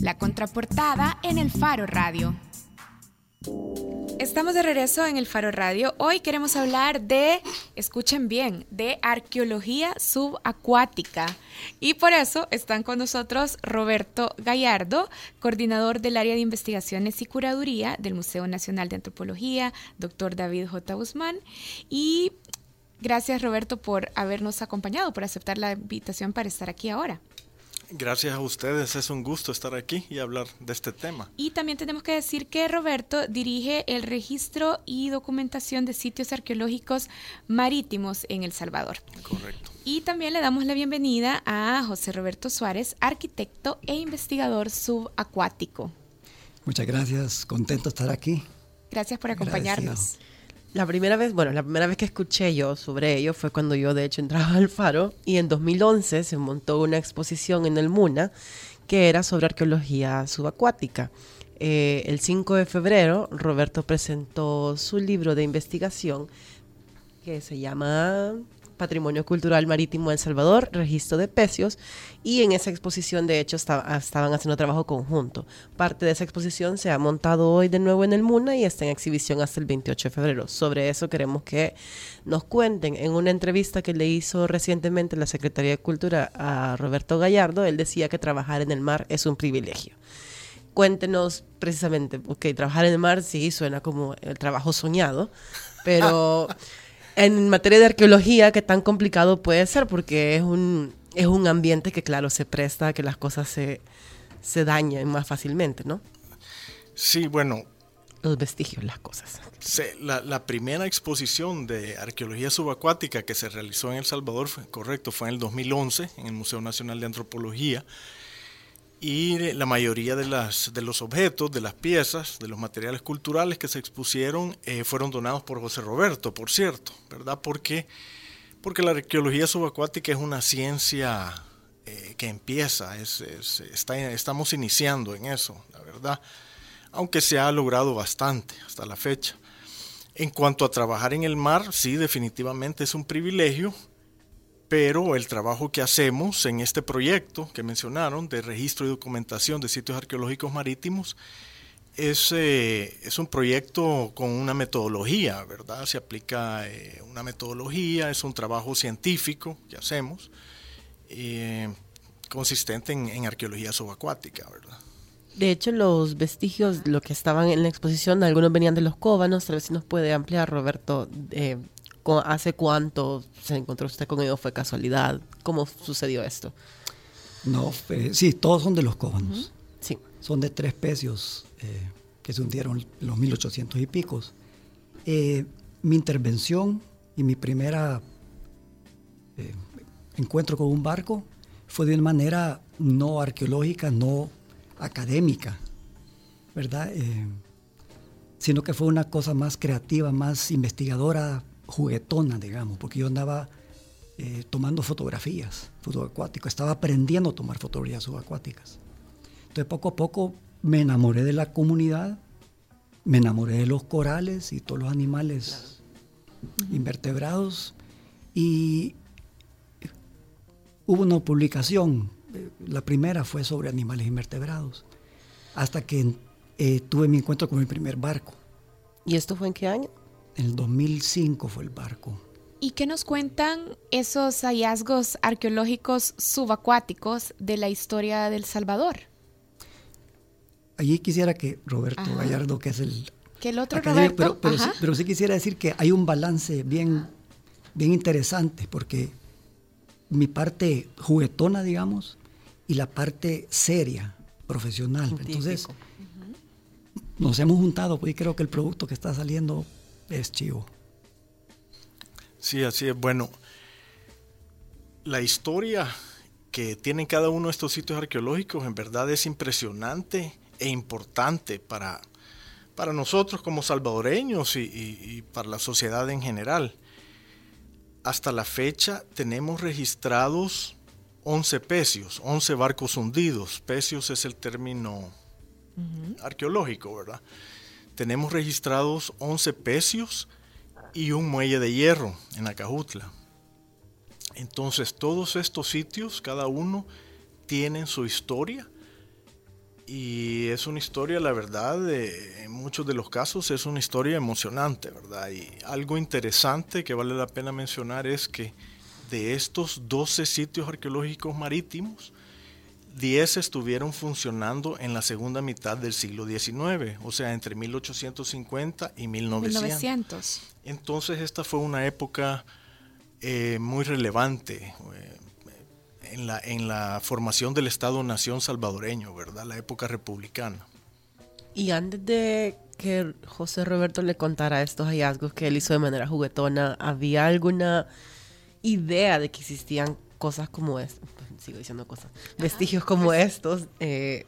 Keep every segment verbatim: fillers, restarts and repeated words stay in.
La Contraportada en el Faro Radio. Estamos de regreso en el Faro Radio. Hoy queremos hablar de, escuchen bien, de arqueología subacuática. Y por eso están con nosotros Roberto Gallardo, coordinador del área de investigaciones y curaduría del Museo Nacional de Antropología, doctor David J. Guzmán. Y gracias, Roberto, por habernos acompañado, por aceptar la invitación para estar aquí ahora. Gracias a ustedes, es un gusto estar aquí y hablar de este tema. Y también tenemos que decir que Roberto dirige el registro y documentación de sitios arqueológicos marítimos en El Salvador. Correcto. Y también le damos la bienvenida a José Roberto Suárez, arquitecto e investigador subacuático. Muchas gracias, contento de estar aquí. Gracias por acompañarnos. Agradecido. La primera vez, bueno, la primera vez que escuché yo sobre ello fue cuando yo de hecho entraba al Faro y en dos mil once se montó una exposición en el MUNA que era sobre arqueología subacuática. Eh, el cinco de febrero Roberto presentó su libro de investigación que se llama Patrimonio Cultural Marítimo de El Salvador, Registro de Pecios, y en esa exposición de hecho estaba, estaban haciendo trabajo conjunto. Parte de esa exposición se ha montado hoy de nuevo en el MUNA y está en exhibición hasta el veintiocho de febrero. Sobre eso queremos que nos cuenten. En una entrevista que le hizo recientemente la Secretaría de Cultura a Roberto Gallardo, él decía que trabajar en el mar es un privilegio. Cuéntenos precisamente, ok, trabajar en el mar sí suena como el trabajo soñado, pero en materia de arqueología, ¿qué tan complicado puede ser? Porque es un, es un ambiente que, claro, se presta a que las cosas se, se dañen más fácilmente, ¿no? Sí, bueno. Los vestigios, las cosas. Se, la, la primera exposición de arqueología subacuática que se realizó en El Salvador, fue, correcto, fue en el dos mil once, en el Museo Nacional de Antropología. Y la mayoría de, las, de los objetos, de las piezas, de los materiales culturales que se expusieron eh, fueron donados por José Roberto, por cierto, ¿verdad? Porque, porque la arqueología subacuática es una ciencia eh, que empieza, es, es, está, estamos iniciando en eso, la verdad, aunque se ha logrado bastante hasta la fecha. En cuanto a trabajar en el mar, sí, definitivamente es un privilegio. Pero el trabajo que hacemos en este proyecto que mencionaron de registro y documentación de sitios arqueológicos marítimos es, eh, es un proyecto con una metodología, ¿verdad? Se aplica eh, una metodología, es un trabajo científico que hacemos eh, consistente en, en arqueología subacuática, ¿verdad? De hecho, los vestigios, lo que estaban en la exposición, algunos venían de los cóbanos. Tal vez si nos puede ampliar, Roberto, eh, ¿hace cuánto se encontró usted con ellos? ¿Fue casualidad? ¿Cómo sucedió esto? No, eh, sí, todos son de los cóbanos. Uh-huh. Sí. Son de tres pecios eh, que se hundieron en los mil ochocientos y picos. Eh, mi intervención y mi primera eh, encuentro con un barco fue de una manera no arqueológica, no académica, ¿verdad? Eh, sino que fue una cosa más creativa, más investigadora, juguetona, digamos, porque yo andaba eh, tomando fotografías subacuáticas, estaba aprendiendo a tomar fotografías subacuáticas. Entonces poco a poco me enamoré de la comunidad, me enamoré de los corales y todos los animales claro. invertebrados, y hubo una publicación, la primera fue sobre animales invertebrados, hasta que eh, tuve mi encuentro con mi primer barco. ¿Y esto fue en qué año? En el dos mil cinco fue el barco. ¿Y qué nos cuentan esos hallazgos arqueológicos subacuáticos de la historia de El Salvador? Allí quisiera que Roberto Ajá. Gallardo, que es el... Que el otro académico, Roberto. Pero, pero, sí, pero sí quisiera decir que hay un balance bien, bien interesante, porque mi parte juguetona, digamos, y la parte seria, profesional. Científico. Entonces, uh-huh. nos hemos juntado, pues, y creo que el producto que está saliendo es chivo. Sí, así es. Bueno, la historia que tienen cada uno de estos sitios arqueológicos en verdad es impresionante e importante para, para nosotros como salvadoreños y, y, y para la sociedad en general. Hasta la fecha tenemos registrados once pecios, once barcos hundidos. Pecios es el término uh-huh. arqueológico, ¿verdad? Tenemos registrados once pecios y un muelle de hierro en Acajutla. Entonces todos estos sitios, cada uno, tienen su historia y es una historia, la verdad, de, en muchos de los casos es una historia emocionante, ¿verdad? Y algo interesante que vale la pena mencionar es que de estos doce sitios arqueológicos marítimos, diez estuvieron funcionando en la segunda mitad del siglo diecinueve, o sea, entre mil ochocientos cincuenta y mil novecientos. mil novecientos. Entonces esta fue una época eh, muy relevante eh, en, la, en la formación del Estado-Nación salvadoreño, ¿verdad? La época republicana. Y antes de que José Roberto le contara estos hallazgos que él hizo de manera juguetona, ¿había alguna idea de que existían cosas como estas? Sigo diciendo cosas. Vestigios como estos, eh,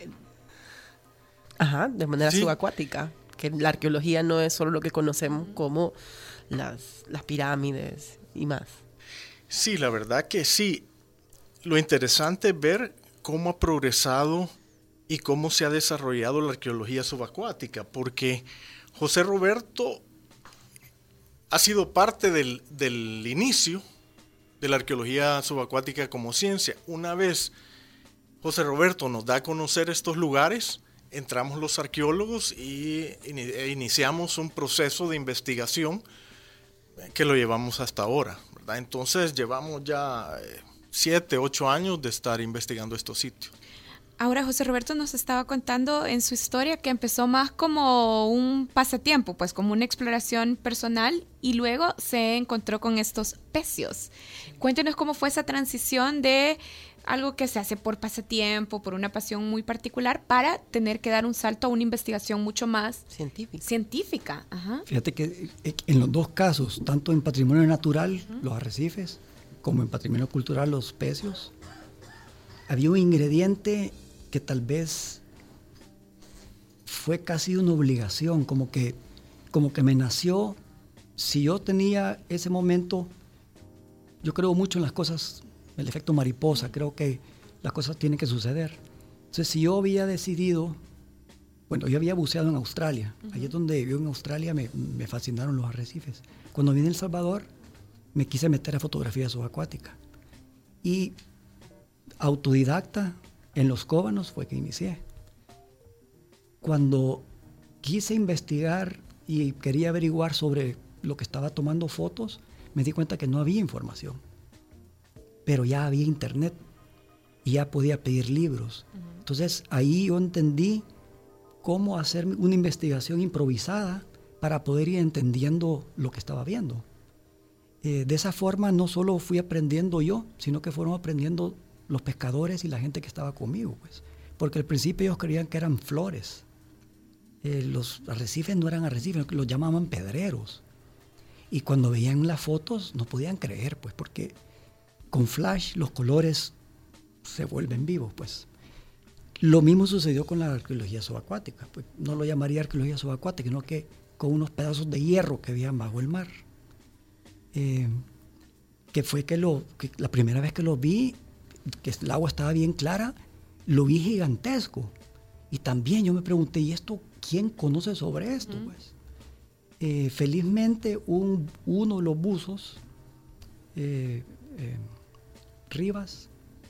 ajá, de manera Sí. subacuática. Que la arqueología no es solo lo que conocemos como las, las pirámides y más. Sí, la verdad que sí. Lo interesante es ver cómo ha progresado y cómo se ha desarrollado la arqueología subacuática, porque José Roberto ha sido parte del, del inicio de la arqueología subacuática como ciencia. Una vez José Roberto nos da a conocer estos lugares, entramos los arqueólogos y e iniciamos un proceso de investigación que lo llevamos hasta ahora, ¿verdad? Entonces llevamos ya eh, siete, ocho años de estar investigando estos sitios. Ahora José Roberto nos estaba contando en su historia que empezó más como un pasatiempo, pues como una exploración personal, y luego se encontró con estos pecios. Cuéntenos cómo fue esa transición de algo que se hace por pasatiempo, por una pasión muy particular, para tener que dar un salto a una investigación mucho más Científica. científica. Ajá. Fíjate que en los dos casos, tanto en patrimonio natural, uh-huh. los arrecifes, como en patrimonio cultural, los pecios, había un ingrediente que tal vez fue casi una obligación, como que, como que me nació. Si yo tenía ese momento, yo creo mucho en las cosas, el efecto mariposa, creo que las cosas tienen que suceder. Entonces, si yo había decidido, bueno, yo había buceado en Australia, uh-huh. Allí es donde yo en Australia me, me fascinaron los arrecifes. Cuando vine a El Salvador, me quise meter a fotografía subacuática. Y autodidacta, en Los Cóbanos fue que inicié. Cuando quise investigar y quería averiguar sobre lo que estaba tomando fotos, me di cuenta que no había información. Pero ya había internet y ya podía pedir libros. Uh-huh. Entonces ahí yo entendí cómo hacer una investigación improvisada para poder ir entendiendo lo que estaba viendo. Eh, de esa forma no solo fui aprendiendo yo, sino que fueron aprendiendo los pescadores y la gente que estaba conmigo, pues. Porque al principio ellos creían que eran flores. Eh, los arrecifes no eran arrecifes, los llamaban pedreros. Y cuando veían las fotos no podían creer, pues, porque con flash los colores se vuelven vivos, pues. Lo mismo sucedió con la arqueología subacuática. Pues no lo llamaría arqueología subacuática, sino que con unos pedazos de hierro que habían bajo el mar. Eh, que fue que, lo, que la primera vez que lo vi, que el agua estaba bien clara, lo vi gigantesco. Y también yo me pregunté, ¿y esto quién conoce sobre esto? Mm. Pues? Eh, felizmente un, uno de los buzos, eh, eh, Rivas,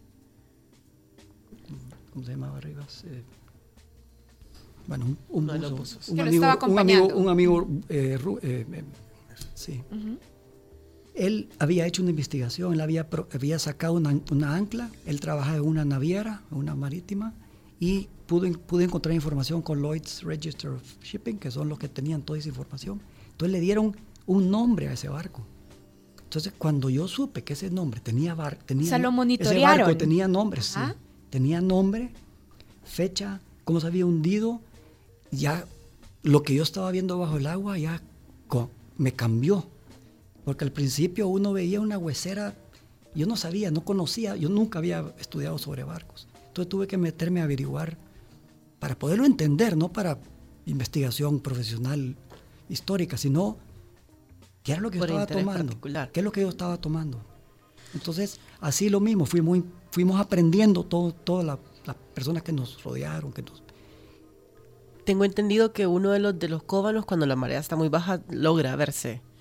¿cómo se llamaba Rivas? Eh, bueno, un, un no buzo, buzos. un, amigo, un amigo, un amigo, eh, eh, eh, sí. Uh-huh. Él había hecho una investigación, él había, había sacado una, una ancla, él trabajaba en una naviera, una marítima, y pudo, pudo encontrar información con Lloyd's Register of Shipping, que son los que tenían toda esa información. Entonces le dieron un nombre a ese barco. Entonces cuando yo supe que ese nombre tenía barco, tenía, o sea, lo monitorearon. Ese barco tenía nombre, sí, tenía nombre, fecha, cómo se había hundido, ya lo que yo estaba viendo bajo el agua ya co- me cambió. Porque al principio uno veía una huesera, yo no sabía, no conocía, yo nunca había estudiado sobre barcos. Entonces tuve que meterme a averiguar para poderlo entender, no para investigación profesional histórica, sino qué era lo que yo estaba tomando, particular. qué es lo que yo estaba tomando. Entonces, así lo mismo, fuimos, fuimos aprendiendo todo, todas la, las personas que nos rodearon. Que nos... Tengo entendido que uno de los, de los cóbanos, cuando la marea está muy baja, logra verse.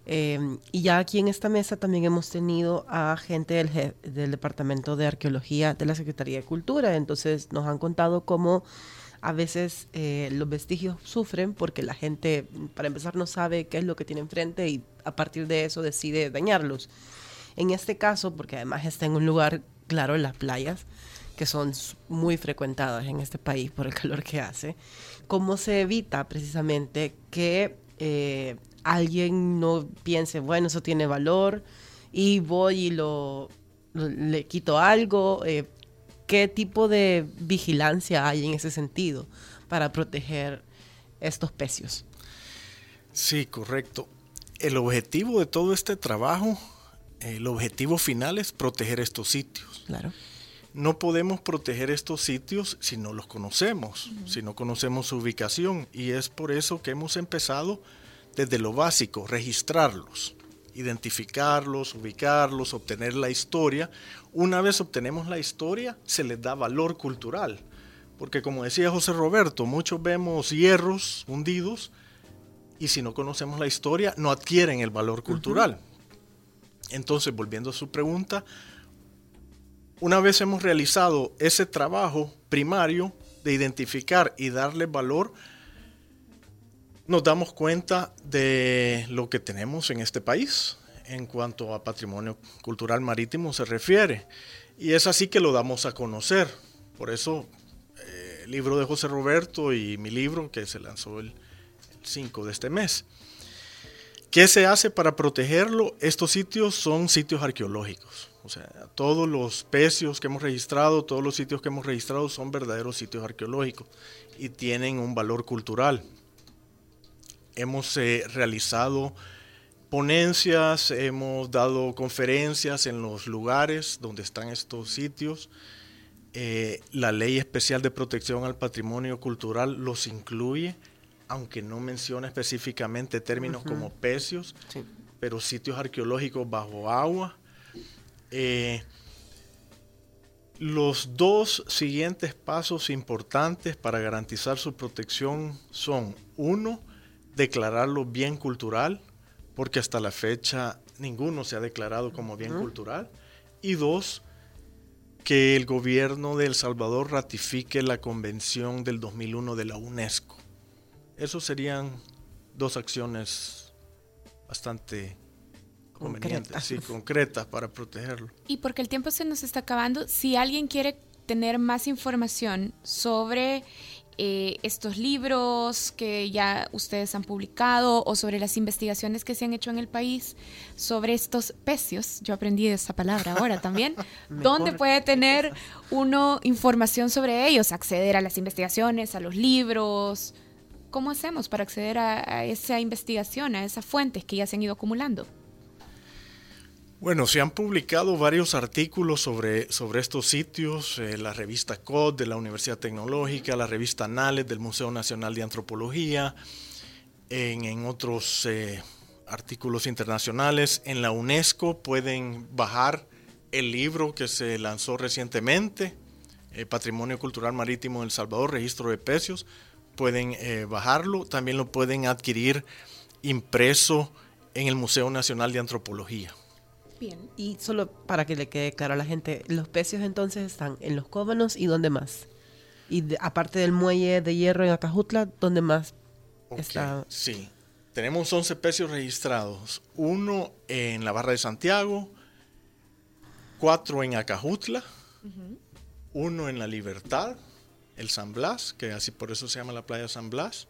Eh, y ya aquí en esta mesa también hemos tenido a gente del, del Departamento de Arqueología de la Secretaría de Cultura. Entonces nos han contado cómo a veces eh, los vestigios sufren porque la gente, para empezar, no sabe qué es lo que tiene enfrente y a partir de eso decide dañarlos. En este caso, porque además está en un lugar, claro, en las playas, que son muy frecuentadas en este país por el calor que hace, ¿cómo se evita precisamente que eh, alguien no piense, bueno, eso tiene valor y voy y lo, lo le quito algo? Eh, ¿Qué tipo de vigilancia hay en ese sentido para proteger estos pecios? Sí, correcto. El objetivo de todo este trabajo, el objetivo final es proteger estos sitios. Claro. No podemos proteger estos sitios si no los conocemos, uh-huh. si no conocemos su ubicación, y es por eso que hemos empezado desde lo básico, registrarlos, identificarlos, ubicarlos, obtener la historia. Una vez obtenemos la historia, se les da valor cultural, porque como decía José Roberto, muchos vemos hierros hundidos y si no conocemos la historia no adquieren el valor cultural. Uh-huh. Entonces, volviendo a su pregunta, una vez hemos realizado ese trabajo primario de identificar y darle valor, nos damos cuenta de lo que tenemos en este país en cuanto a patrimonio cultural marítimo se refiere. Y es así que lo damos a conocer. Por eso eh, el libro de José Roberto y mi libro que se lanzó el, el cinco de este mes. ¿Qué se hace para protegerlo? Estos sitios son sitios arqueológicos. O sea, todos los pecios que hemos registrado, todos los sitios que hemos registrado son verdaderos sitios arqueológicos y tienen un valor cultural. Hemos eh, realizado ponencias, hemos dado conferencias en los lugares donde están estos sitios. Eh, la Ley Especial de Protección al Patrimonio Cultural los incluye, aunque no menciona específicamente términos uh-huh. como pecios, sí. pero sitios arqueológicos bajo agua. Eh, los dos siguientes pasos importantes para garantizar su protección son, uno, declararlo bien cultural, porque hasta la fecha ninguno se ha declarado como bien uh-huh. cultural, y dos, que el gobierno de El Salvador ratifique la convención del dos mil uno de la UNESCO. Esos serían dos acciones bastante convenientes, concretas. Sí, concretas para protegerlo. Y porque el tiempo se nos está acabando, si alguien quiere tener más información sobre eh, estos libros que ya ustedes han publicado o sobre las investigaciones que se han hecho en el país sobre estos pecios, yo aprendí esa palabra ahora también, ¿dónde puede tener uno información sobre ellos? Acceder a las investigaciones, a los libros. ¿Cómo hacemos para acceder a, a esa investigación, a esas fuentes que ya se han ido acumulando? Bueno, se han publicado varios artículos sobre, sobre estos sitios, eh, la revista C O D de la Universidad Tecnológica, la revista Anales del Museo Nacional de Antropología, en, en otros eh, artículos internacionales. En la UNESCO pueden bajar el libro que se lanzó recientemente, eh, Patrimonio Cultural Marítimo de El Salvador, Registro de Pecios. Pueden eh, bajarlo, también lo pueden adquirir impreso en el Museo Nacional de Antropología. Bien. Y solo para que le quede claro a la gente, los pecios entonces están en Los Cóbanos y ¿dónde más? Y de, aparte del muelle de hierro en Acajutla, ¿dónde más okay, está? Sí, tenemos once pecios registrados, uno en la Barra de Santiago, cuatro en Acajutla, uh-huh. uno en La Libertad, el San Blas, que así por eso se llama la playa San Blas,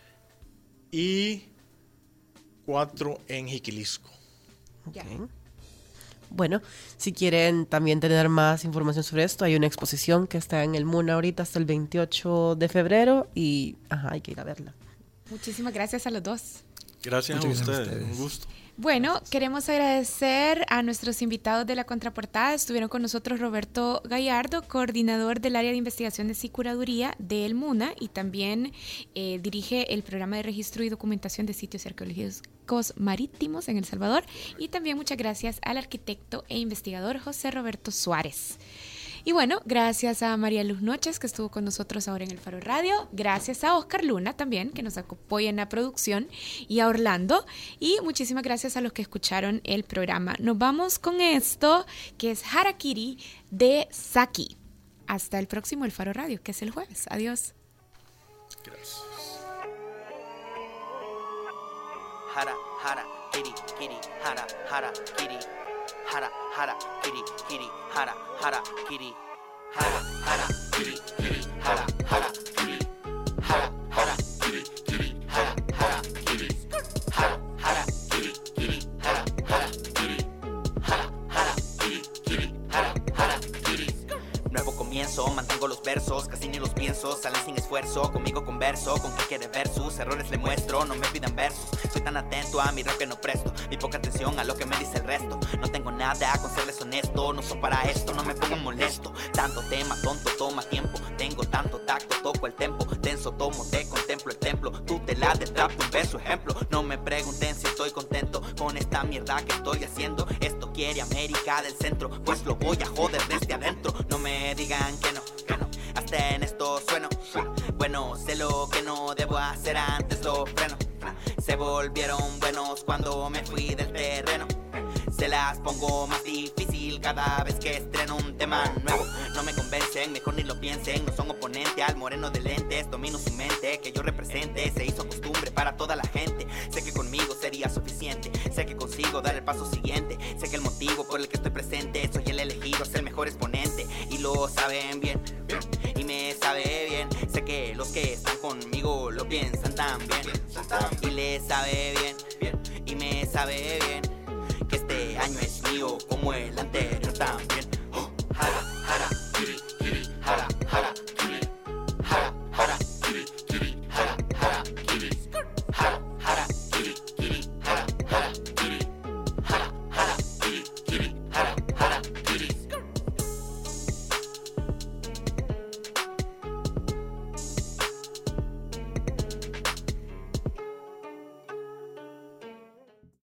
y cuatro en Jiquilisco. Okay. Bueno, si quieren también tener más información sobre esto, hay una exposición que está en el MUNA ahorita hasta el veintiocho de febrero y ajá, hay que ir a verla. Muchísimas gracias a los dos. Gracias a ustedes. a ustedes, un gusto. Bueno, queremos agradecer a nuestros invitados de la contraportada. Estuvieron con nosotros Roberto Gallardo, coordinador del área de investigaciones y curaduría del MUNA y también eh, dirige el programa de registro y documentación de sitios arqueológicos marítimos en El Salvador. Y también muchas gracias al arquitecto e investigador José Roberto Suárez. Y bueno, gracias a María Luz Noches, que estuvo con nosotros ahora en el Faro Radio. Gracias a Oscar Luna también, que nos apoya en la producción, y a Orlando. Y muchísimas gracias a los que escucharon el programa. Nos vamos con esto, que es Harakiri de Saki. Hasta el próximo El Faro Radio, que es el jueves. Adiós. Gracias. Hara, hara, kiri, kiri, hara, hara, kiri. Hara, hara, kiri, kiri, hara, hara, kiri. Hara, hara, kiri, kiri, hara, hara, kiri. Hara, hara, kiri, kiri, hara, hara, kiri. Hara, hara, kiri, kiri, hara, hara, kiri. Hara, hara, kiri, kiri, hara, hara, kiri. Nuevo comienzo, mantengo los versos, casi ni los pienso, salen sin esfuerzo, conmigo converso, con quien quiere ver sus errores le muestro, no me pidan versos, soy tan atento a mi rap que no presto, mi poca atención a lo que me dice el resto, no tengo nada con serles honesto, no soy para esto, no me pongo molesto, tanto tema, tonto, toma tiempo, tengo tanto tacto, toco el tempo, denso tomo, te contemplo el templo, tú te la de trap, un beso ejemplo, no me pregunten si estoy contento con esta mierda que estoy haciendo, esto quiere América del Centro, pues lo voy a joder desde adentro, no me digan que no, que no, hasta en esto sueno, bueno, sé lo que no debo hacer, antes lo freno, se volvieron buenos cuando me fui del terreno, se las pongo más difícil cada vez que estreno un tema nuevo, no me convencen, mejor ni lo piensen, no son oponente al moreno de lentes, domino su mente, que yo represente, se hizo costumbre para toda la gente, sé que conmigo sería suficiente, sé que consigo dar el paso siguiente, sé que el motivo por el que estoy presente, soy el elegido, es el mejor exponente, y lo saben bien, bien, y me sabe bien, sé que los que están conmigo lo piensan también, y les sabe bien, bien, y me sabe bien, que este año es mío como el anterior también.